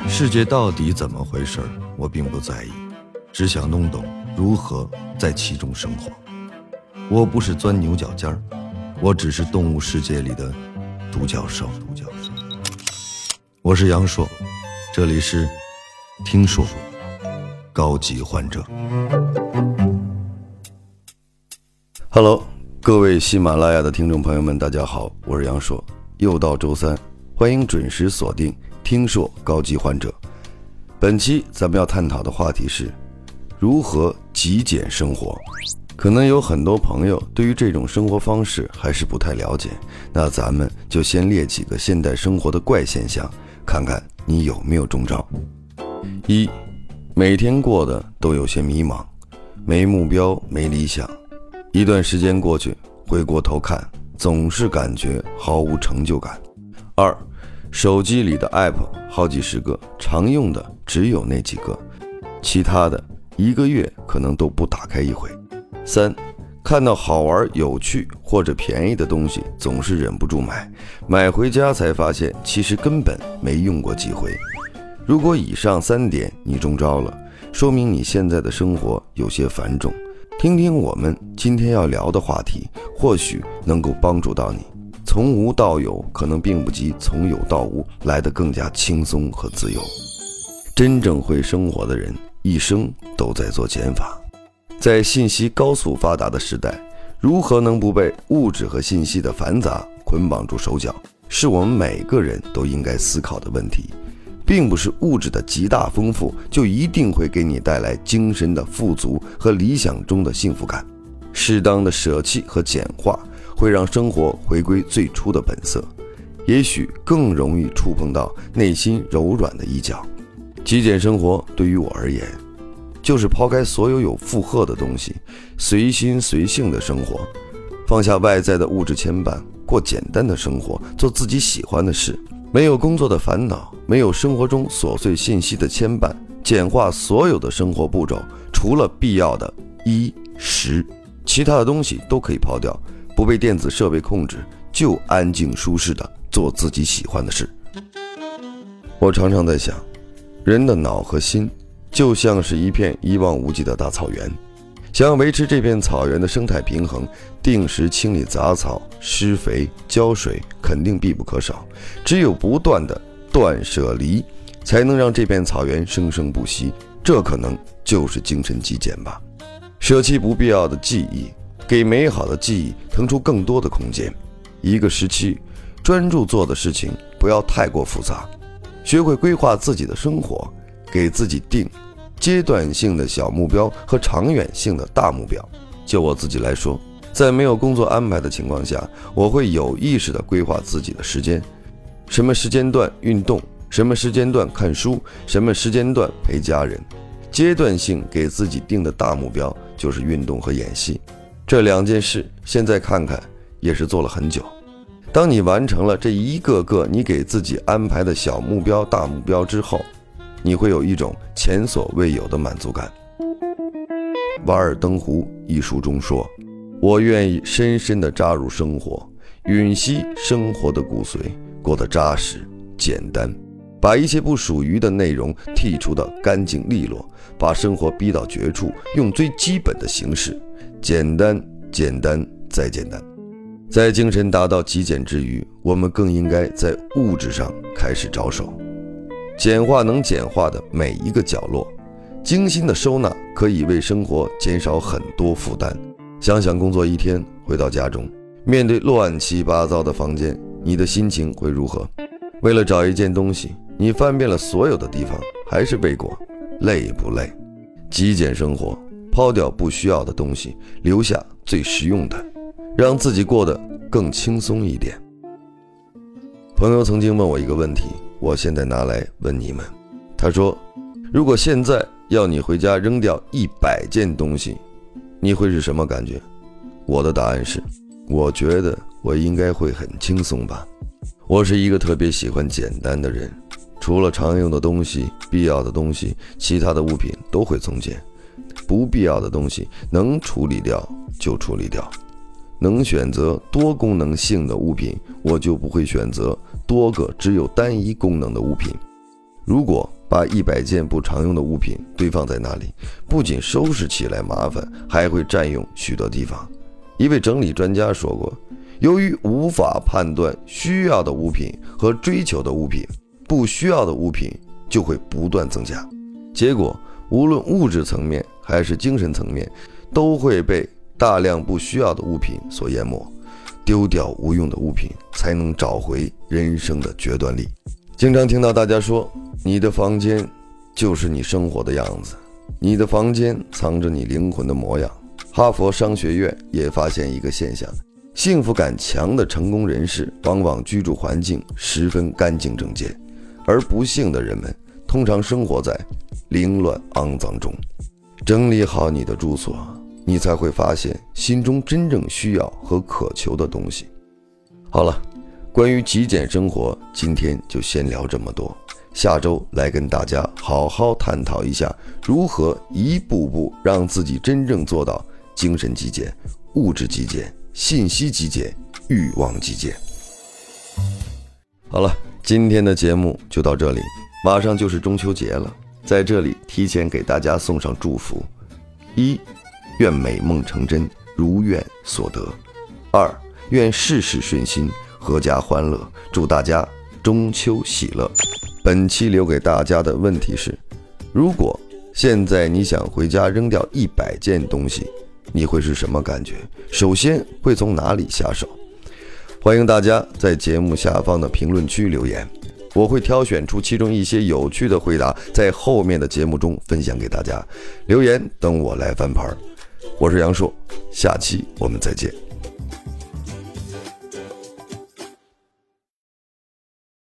世界到底怎么回事，我并不在意，只想弄懂如何在其中生活。我不是钻牛角尖儿，我只是动物世界里的独角兽。我是杨硕，这里是听说高级患者。Hello， 各位喜马拉雅的听众朋友们，大家好，我是杨硕。又到周三，欢迎准时锁定听说高级患者。本期咱们要探讨的话题是如何极简生活。可能有很多朋友对于这种生活方式还是不太了解，那咱们就先列几个现代生活的怪现象，看看你有没有中招。一，每天过得都有些迷茫，没目标，没理想，一段时间过去，回过头看，总是感觉毫无成就感。二，手机里的 app 好几十个，常用的只有那几个，其他的一个月可能都不打开一回。三，看到好玩有趣或者便宜的东西总是忍不住买回家才发现其实根本没用过几回。如果以上3点你中招了，说明你现在的生活有些繁重。听听我们今天要聊的话题，或许能够帮助到你。从无到有可能并不及从有到无来得更加轻松和自由。真正会生活的人一生都在做减法。在信息高速发达的时代，如何能不被物质和信息的繁杂捆绑住手脚，是我们每个人都应该思考的问题。并不是物质的极大丰富就一定会给你带来精神的富足和理想中的幸福感。适当的舍弃和简化会让生活回归最初的本色，也许更容易触碰到内心柔软的一角。极简生活对于我而言，就是抛开所有有负荷的东西，随心随性的生活，放下外在的物质牵绊，过简单的生活，做自己喜欢的事，没有工作的烦恼，没有生活中琐碎信息的牵绊，简化所有的生活步骤，除了必要的衣食，其他的东西都可以抛掉，不被电子设备控制，就安静舒适的做自己喜欢的事。我常常在想，人的脑和心就像是一片一望无际的大草原，想要维持这片草原的生态平衡，定时清理杂草、施肥、浇水肯定必不可少。只有不断的断舍离，才能让这片草原生生不息。这可能就是精神极简吧。舍弃不必要的记忆，给美好的记忆腾出更多的空间。一个时期，专注做的事情不要太过复杂，学会规划自己的生活，给自己定阶段性的小目标和长远性的大目标。就我自己来说，在没有工作安排的情况下，我会有意识地规划自己的时间，什么时间段运动，什么时间段看书，什么时间段陪家人。阶段性给自己定的大目标就是运动和演戏，这2件事现在看看也是做了很久。当你完成了这一个个你给自己安排的小目标大目标之后，你会有一种前所未有的满足感。瓦尔登湖一书中说，我愿意深深地扎入生活，吮吸生活的骨髓，过得扎实简单，把一切不属于的内容剔除得干净利落，把生活逼到绝处，用最基本的形式，简单简单再简单。在精神达到极简之余，我们更应该在物质上开始着手，简化能简化的每一个角落，精心的收纳可以为生活减少很多负担。想想工作一天回到家中，面对乱七八糟的房间，你的心情会如何？为了找一件东西，你翻遍了所有的地方，还是未果，累不累？极简生活，抛掉不需要的东西，留下最实用的，让自己过得更轻松一点。朋友曾经问我一个问题，我现在拿来问你们。他说，如果现在要你回家扔掉100件东西，你会是什么感觉？我的答案是，我觉得我应该会很轻松吧。我是一个特别喜欢简单的人，除了常用的东西，必要的东西，其他的物品都会从简。不必要的东西能处理掉就处理掉，能选择多功能性的物品，我就不会选择多个只有单一功能的物品。 如果把100件不常用的物品堆放在那里，不仅收拾起来麻烦，还会占用许多地方。一位整理专家说过，由于无法判断需要的物品和追求的物品，不需要的物品就会不断增加，结果无论物质层面还是精神层面，都会被大量不需要的物品所淹没。丢掉无用的物品，才能找回人生的决断力。经常听到大家说，你的房间就是你生活的样子，你的房间藏着你灵魂的模样。哈佛商学院也发现一个现象，幸福感强的成功人士往往居住环境十分干净整洁，而不幸的人们通常生活在凌乱肮脏中。整理好你的住所，你才会发现心中真正需要和渴求的东西。好了，关于极简生活，今天就先聊这么多。下周来跟大家好好探讨一下，如何一步步让自己真正做到精神极简、物质极简、信息极简、欲望极简。好了，今天的节目就到这里，马上就是中秋节了，在这里提前给大家送上祝福：一，愿美梦成真，如愿所得；二，愿事事顺心，阖家欢乐，祝大家中秋喜乐。本期留给大家的问题是，如果现在你想回家扔掉100件东西，你会是什么感觉？首先会从哪里下手？欢迎大家在节目下方的评论区留言，我会挑选出其中一些有趣的回答，在后面的节目中分享给大家。留言等我来翻盘。我是杨硕，下期我们再见。